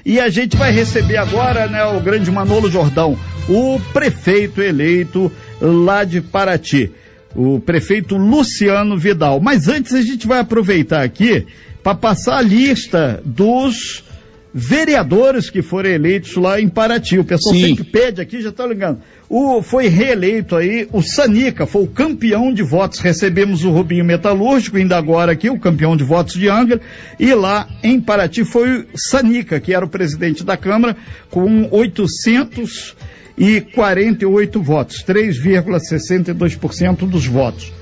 E a gente vai receber agora, né, o grande Manolo Jordão, o prefeito eleito lá de Paraty, o prefeito Luciano Vidal. Mas antes a gente vai aproveitar aqui para passar a lista dos vereadores que foram eleitos lá em Paraty. O pessoal sempre pede aqui, já está ligando. Foi reeleito aí o Sanica, foi o campeão de votos. Recebemos o Rubinho Metalúrgico, ainda agora aqui, o campeão de votos de Angra, e lá em Paraty foi o Sanica, que era o presidente da Câmara, com 848 votos, 3,62% dos votos.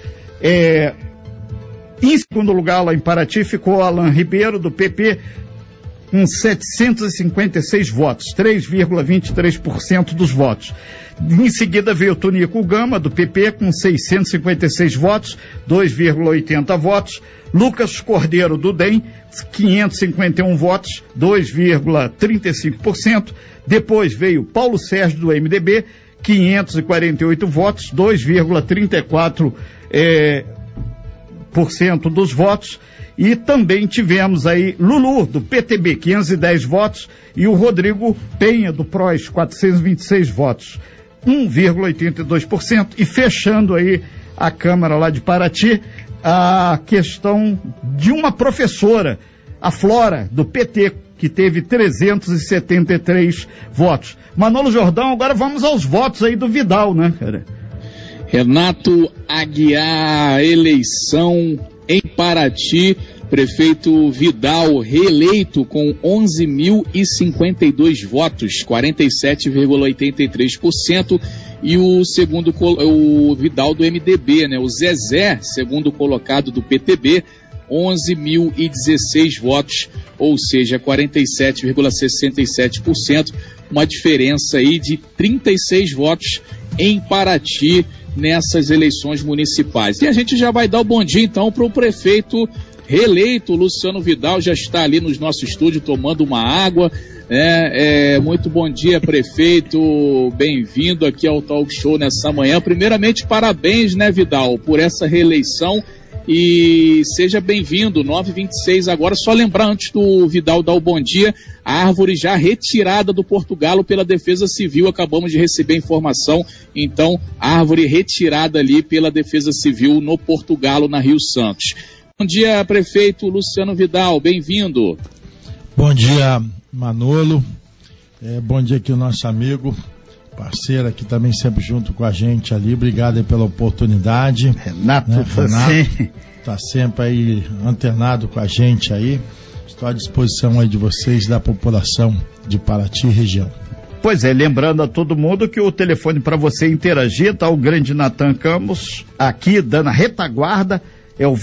Em segundo lugar, lá em Paraty, ficou Alan Ribeiro, do PP, com 756 votos, 3,23% dos votos. Em seguida veio Tonico Gama, do PP, com 656 votos, 2,80 votos. Lucas Cordeiro, do DEM, 551 votos, 2,35%. Depois veio Paulo Sérgio, do MDB, 548 votos, 2,34% dos votos. E também tivemos aí Lulu, do PTB, 510 votos, e o Rodrigo Penha, do PROS, 426 votos, 1,82%. E fechando aí a Câmara lá de Paraty, a questão de uma professora, a Flora, do PT, que teve 373 votos. Manolo Jordão, agora vamos aos votos aí do Vidal, né, cara? Renato Aguiar, eleição em Paraty, prefeito Vidal reeleito com 11.052 votos, 47,83%, e o segundo, o Vidal do MDB, né? O Zezé, segundo colocado do PTB, 11.016 votos, ou seja, 47,67%, uma diferença aí de 36 votos em Paraty nessas eleições municipais. E a gente já vai dar o bom dia então para o prefeito reeleito, Luciano Vidal, já está ali no nosso estúdio tomando uma água, muito bom dia, prefeito, bem-vindo aqui ao Talk Show nessa manhã. Primeiramente, parabéns, né, Vidal, por essa reeleição, e seja bem-vindo, 9h26 agora. Só lembrar, antes do Vidal dar o bom dia, a árvore já retirada do Portugalo pela Defesa Civil, acabamos de receber informação, então, árvore retirada ali pela Defesa Civil no Portugalo, na Rio Santos. Bom dia, prefeito Luciano Vidal, bem-vindo. Bom dia, Manolo, bom dia aqui o nosso amigo, parceiro aqui também sempre junto com a gente ali, obrigado aí pela oportunidade. Renato tá sempre aí antenado com a gente aí, estou à disposição aí de vocês, da população de Paraty e região. Pois é, lembrando a todo mundo que o telefone para você interagir, tá o grande Natan Campos aqui dando a retaguarda, é o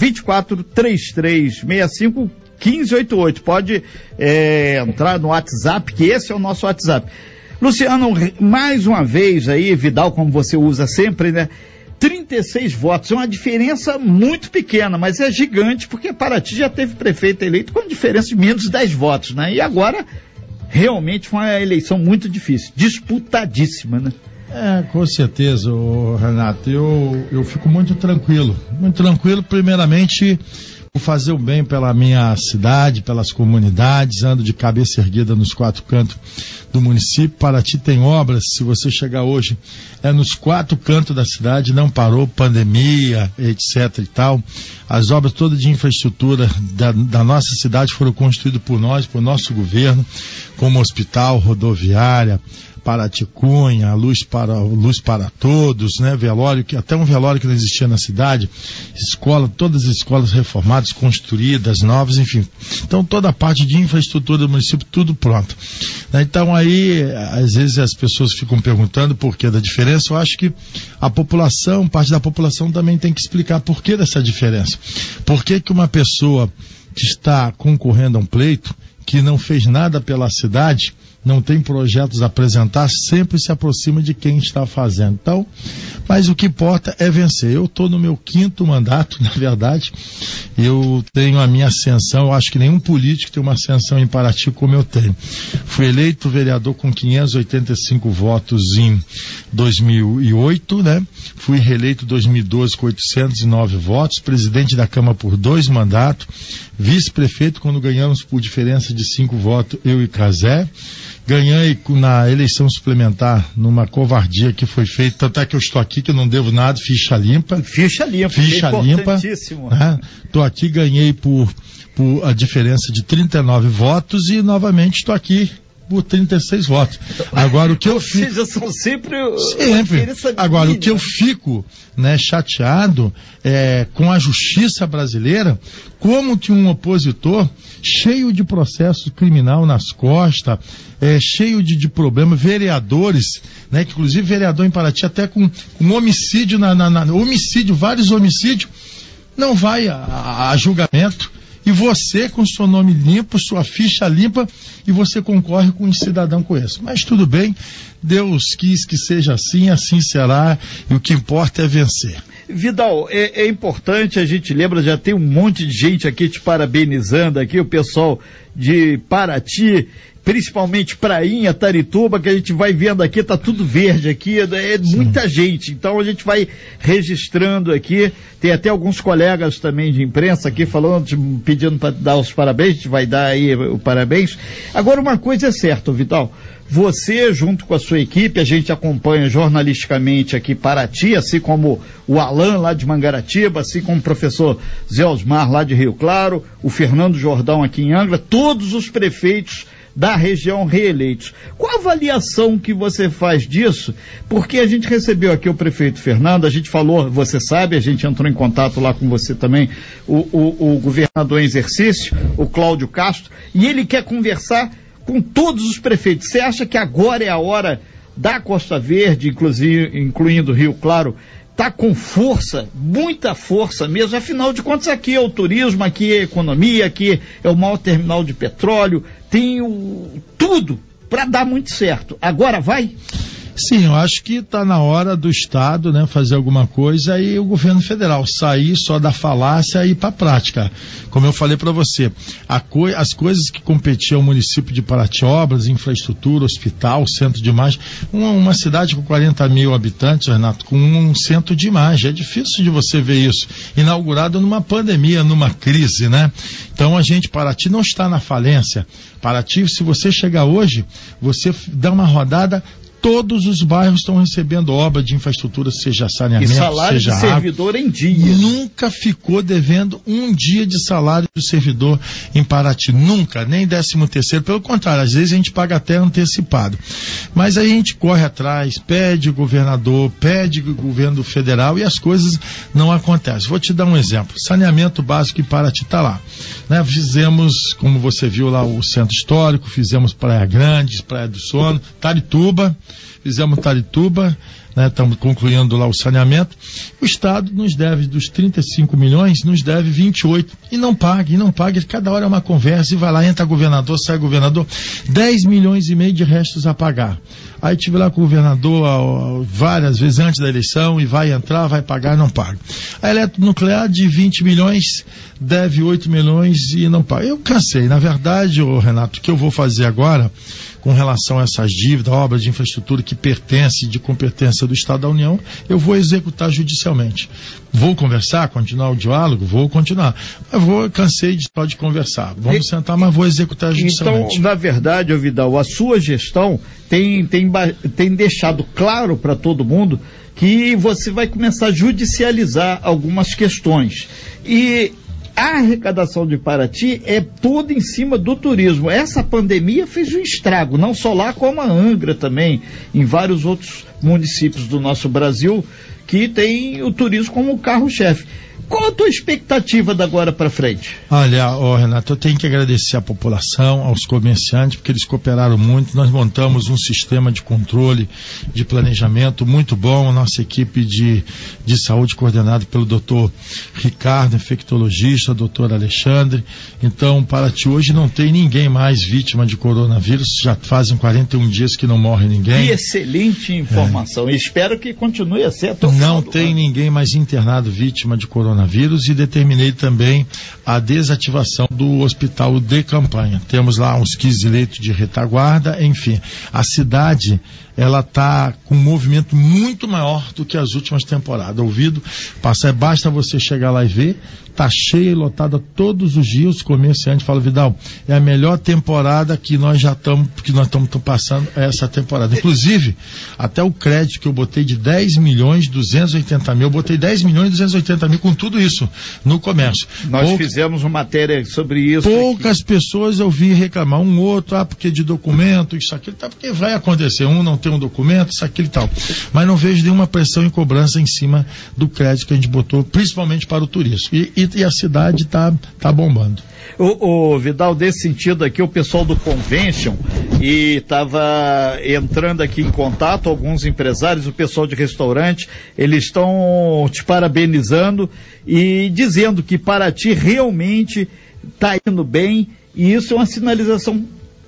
24-3365-1588, pode entrar no WhatsApp, que esse é o nosso WhatsApp. Luciano, mais uma vez aí, Vidal, como você usa sempre, né? 36 votos, é uma diferença muito pequena, mas é gigante, porque Paraty já teve prefeito eleito com diferença de menos de 10 votos, né? E agora, realmente foi uma eleição muito difícil, disputadíssima, né? Com certeza, Renato, eu fico muito tranquilo, primeiramente, por fazer o bem pela minha cidade, pelas comunidades, ando de cabeça erguida nos 4 cantos do município. Paraty tem obras, se você chegar hoje, nos 4 cantos da cidade, não parou, pandemia, etc e tal. As obras todas de infraestrutura da nossa cidade foram construídas por nós, por nosso governo, como hospital, rodoviária, Paraty Cunha, luz para todos, né? Velório, até um velório que não existia na cidade, escola, todas as escolas reformadas, construídas, novas, enfim. Então toda a parte de infraestrutura do município, tudo pronto. Então aí, às vezes as pessoas ficam perguntando por que da diferença. Eu acho que a população, parte da população também tem que explicar por que dessa diferença. Por que uma pessoa que está concorrendo a um pleito, que não fez nada pela cidade, não tem projetos a apresentar, sempre se aproxima de quem está fazendo. Então, mas o que importa é vencer. Eu estou no meu 5º mandato, na verdade, eu tenho a minha ascensão, eu acho que nenhum político tem uma ascensão em Paraty como eu tenho. Fui eleito vereador com 585 votos em 2008, né? Fui reeleito em 2012 com 809 votos, presidente da Câmara por 2 mandatos, vice-prefeito quando ganhamos por diferença de 5 votos, eu e Cazé. Ganhei na eleição suplementar, numa covardia que foi feita, tanto é que eu estou aqui, que eu não devo nada, ficha limpa. Ficha limpa, importantíssimo. Estou aqui, ganhei por a diferença de 39 votos e novamente estou aqui por 36 votos. Agora o que eu fico... Ou seja, são sempre... Agora, o que eu fico, né, chateado com a justiça brasileira, como que um opositor cheio de processo criminal nas costas, cheio de problemas, vereadores, né, que inclusive vereador em Paraty até com homicídio, vários homicídios, não vai a julgamento. E você, com seu nome limpo, sua ficha limpa, e você concorre com um cidadão com esse. Mas tudo bem, Deus quis que seja assim, assim será, e o que importa é vencer. Vidal, é importante, a gente lembra, já tem um monte de gente aqui te parabenizando, aqui o pessoal de Paraty, principalmente Prainha, Tarituba, que a gente vai vendo aqui, tá tudo verde aqui, muita gente, então a gente vai registrando aqui, tem até alguns colegas também de imprensa aqui falando, pedindo para dar os parabéns, a gente vai dar aí o parabéns. Agora uma coisa é certa, Vidal, você junto com a sua equipe, a gente acompanha jornalisticamente aqui Paraty, assim como o Alan lá de Mangaratiba, assim como o professor Zé Osmar lá de Rio Claro, o Fernando Jordão aqui em Angra, todos os prefeitos da região reeleitos. Qual a avaliação que você faz disso? Porque a gente recebeu aqui o prefeito Fernando, a gente falou, você sabe, a gente entrou em contato lá com você também, o governador em exercício, o Cláudio Castro, e ele quer conversar com todos os prefeitos. Você acha que agora é a hora da Costa Verde, incluindo Rio Claro, tá com força, muita força mesmo, afinal de contas aqui é o turismo, aqui é a economia, aqui é o maior terminal de petróleo, tem tudo para dar muito certo. Agora vai? Sim, eu acho que está na hora do Estado, né, fazer alguma coisa e o governo federal sair só da falácia e ir para a prática. Como eu falei para você, as coisas que competiam ao município de Paraty, obras, infraestrutura, hospital, centro de imagem, uma cidade com 40 mil habitantes, Renato, com um centro de imagem, é difícil de você ver isso, inaugurado numa pandemia, numa crise, né? Então Paraty não está na falência. Paraty, se você chegar hoje, você dá uma rodada, todos os bairros estão recebendo obra de infraestrutura, seja saneamento, seja água. E salário de servidor em dia. Nunca ficou devendo um dia de salário do servidor em Paraty. Nunca, nem 13º. Pelo contrário, às vezes a gente paga até antecipado. Mas aí a gente corre atrás, pede o governador, pede o governo federal e as coisas não acontecem. Vou te dar um exemplo. Saneamento básico em Paraty está lá. Né? Fizemos, como você viu lá, o centro histórico, fizemos Praia Grande, Praia do Sono, Tarituba. Fizemos Tarituba, né, estamos concluindo lá o saneamento. O Estado nos deve, dos 35 milhões, nos deve 28. E não paga. Cada hora é uma conversa e vai lá, entra governador, sai governador. 10 milhões e meio de restos a pagar. Aí tive lá com o governador várias vezes antes da eleição e vai entrar, vai pagar, não paga. A eletronuclear de 20 milhões, deve 8 milhões e não paga. Eu cansei. Na verdade, Renato, o que eu vou fazer agora com relação a essas dívidas, obras de infraestrutura que pertence de competência do Estado da União, eu vou executar judicialmente. Vou conversar, continuar o diálogo? Vou continuar. Mas cansei só de conversar. Vamos sentar, mas vou executar judicialmente. Então, na verdade, Vidal, a sua gestão tem deixado claro para todo mundo que você vai começar a judicializar algumas questões. E a arrecadação de Paraty é toda em cima do turismo. Essa pandemia fez um estrago, não só lá, como a Angra também, em vários outros municípios do nosso Brasil, que tem o turismo como carro-chefe. Qual a tua expectativa da agora para frente? Olha, Renato, eu tenho que agradecer à população, aos comerciantes, porque eles cooperaram muito. Nós montamos um sistema de controle, de planejamento muito bom. A nossa equipe de saúde coordenada pelo doutor Ricardo, infectologista, doutor Alexandre. Então, Paraty hoje não tem ninguém mais vítima de coronavírus. Já fazem 41 dias que não morre ninguém. Que excelente informação. Espero que continue a ser. Não tem ninguém mais internado vítima de coronavírus e determinei também a desativação do hospital de campanha. Temos lá uns 15 leitos de retaguarda, enfim. A cidade, ela está com um movimento muito maior do que as últimas temporadas. Basta você chegar lá e ver está cheia e lotada todos os dias. Os comerciantes falam, Vidal, é a melhor temporada que nós estamos passando essa temporada. Inclusive, até o crédito que eu botei de 10 milhões 280 mil, eu botei 10 milhões 280 mil com tudo isso no comércio. Nós fizemos uma matéria sobre isso. Poucas pessoas eu vi reclamar, um outro, porque de documento, isso, aquilo, tá, porque vai acontecer, um não tem um documento, isso, aquilo e tal. Mas não vejo nenhuma pressão e cobrança em cima do crédito que a gente botou, principalmente para o turismo. E a cidade tá bombando. O Vidal, desse sentido aqui, o pessoal do Convention e estava entrando aqui em contato, alguns empresários, o pessoal de restaurante, eles estão te parabenizando e dizendo que Paraty realmente está indo bem, e isso é uma sinalização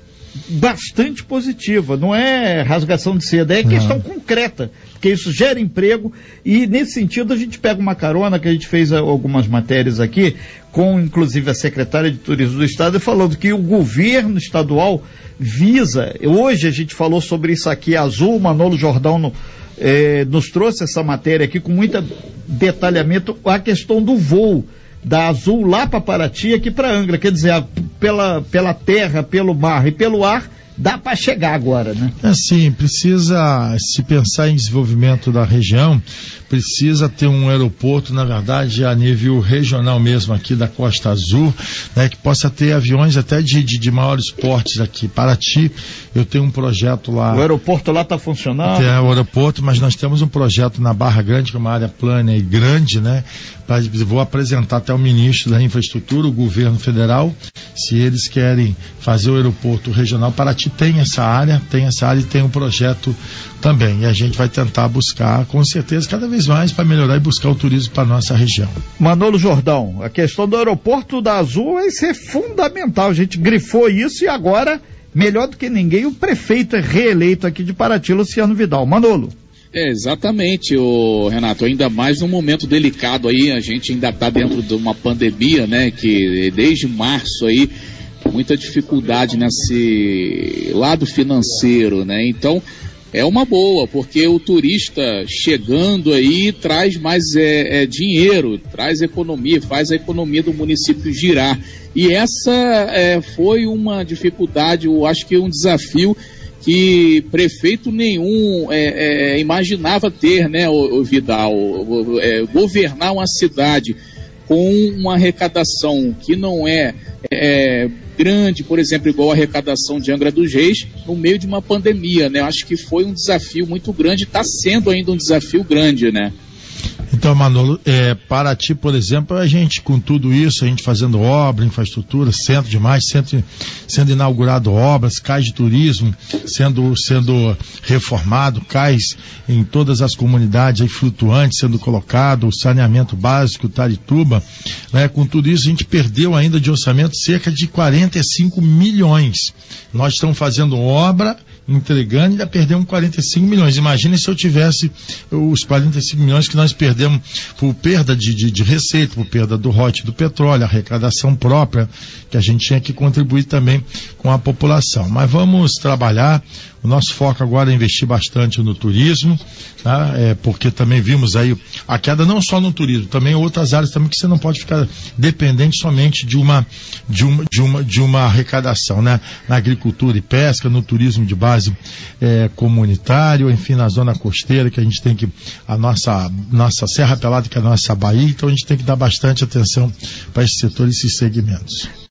bastante positiva, não é rasgação de seda, é questão concreta, porque isso gera emprego, e nesse sentido a gente pega uma carona, que a gente fez algumas matérias aqui, com inclusive a secretária de Turismo do Estado, falando que o governo estadual visa, hoje a gente falou sobre isso aqui, a Azul, Manolo Jordão nos trouxe essa matéria aqui com muito detalhamento, a questão do voo da Azul lá para Paraty, aqui para Angra, quer dizer, pela terra, pelo mar e pelo ar, dá para chegar agora, né? Sim, precisa se pensar em desenvolvimento da região, precisa ter um aeroporto, na verdade, a nível regional mesmo, aqui da Costa Azul, né, que possa ter aviões até de maiores portes aqui. Paraty, eu tenho um projeto lá. O aeroporto lá está funcionando? É o aeroporto, mas nós temos um projeto na Barra Grande, que é uma área plana e grande, né? Vou apresentar até o ministro da Infraestrutura, o governo federal, se eles querem fazer o aeroporto regional. Paraty tem essa área e tem um projeto também. E a gente vai tentar buscar, com certeza, cada vez mais para melhorar e buscar o turismo para nossa região. Manolo Jordão, a questão do aeroporto da Azul vai ser fundamental. A gente grifou isso e agora, melhor do que ninguém, o prefeito é reeleito aqui de Paraty, Luciano Vidal. Manolo. Exatamente, Renato, ainda mais num momento delicado aí, a gente ainda está dentro de uma pandemia, né, que desde março aí, muita dificuldade nesse lado financeiro, né, então é uma boa, porque o turista chegando aí traz mais dinheiro, traz economia, faz a economia do município girar, e essa foi uma dificuldade, eu acho que um desafio que prefeito nenhum imaginava ter, né, o Vidal, governar uma cidade com uma arrecadação que não é grande, por exemplo, igual a arrecadação de Angra dos Reis, no meio de uma pandemia, né, acho que foi um desafio muito grande, está sendo ainda um desafio grande, né. Então, Manolo, Paraty, por exemplo, a gente com tudo isso, a gente fazendo obra, infraestrutura, sendo inaugurado obras, cais de turismo, sendo reformado, cais em todas as comunidades aí flutuantes sendo colocado, o saneamento básico, Taituba, né? Com tudo isso a gente perdeu ainda de orçamento cerca de 45 milhões. Nós estamos fazendo obra, entregando e ainda perdemos 45 milhões. Imagina se eu tivesse os 45 milhões que nós perdemos por perda de receita, por perda do royalties do petróleo, arrecadação própria, que a gente tinha que contribuir também com a população. Mas vamos trabalhar. O nosso foco agora é investir bastante no turismo, tá? Porque também vimos aí a queda não só no turismo, também em outras áreas também, que você não pode ficar dependente somente de uma arrecadação, né? Na agricultura e pesca, no turismo de base comunitário, enfim, na zona costeira, que a gente tem que, a nossa Serra Pelada, que é a nossa Bahia, então a gente tem que dar bastante atenção para esses setores e esses segmentos.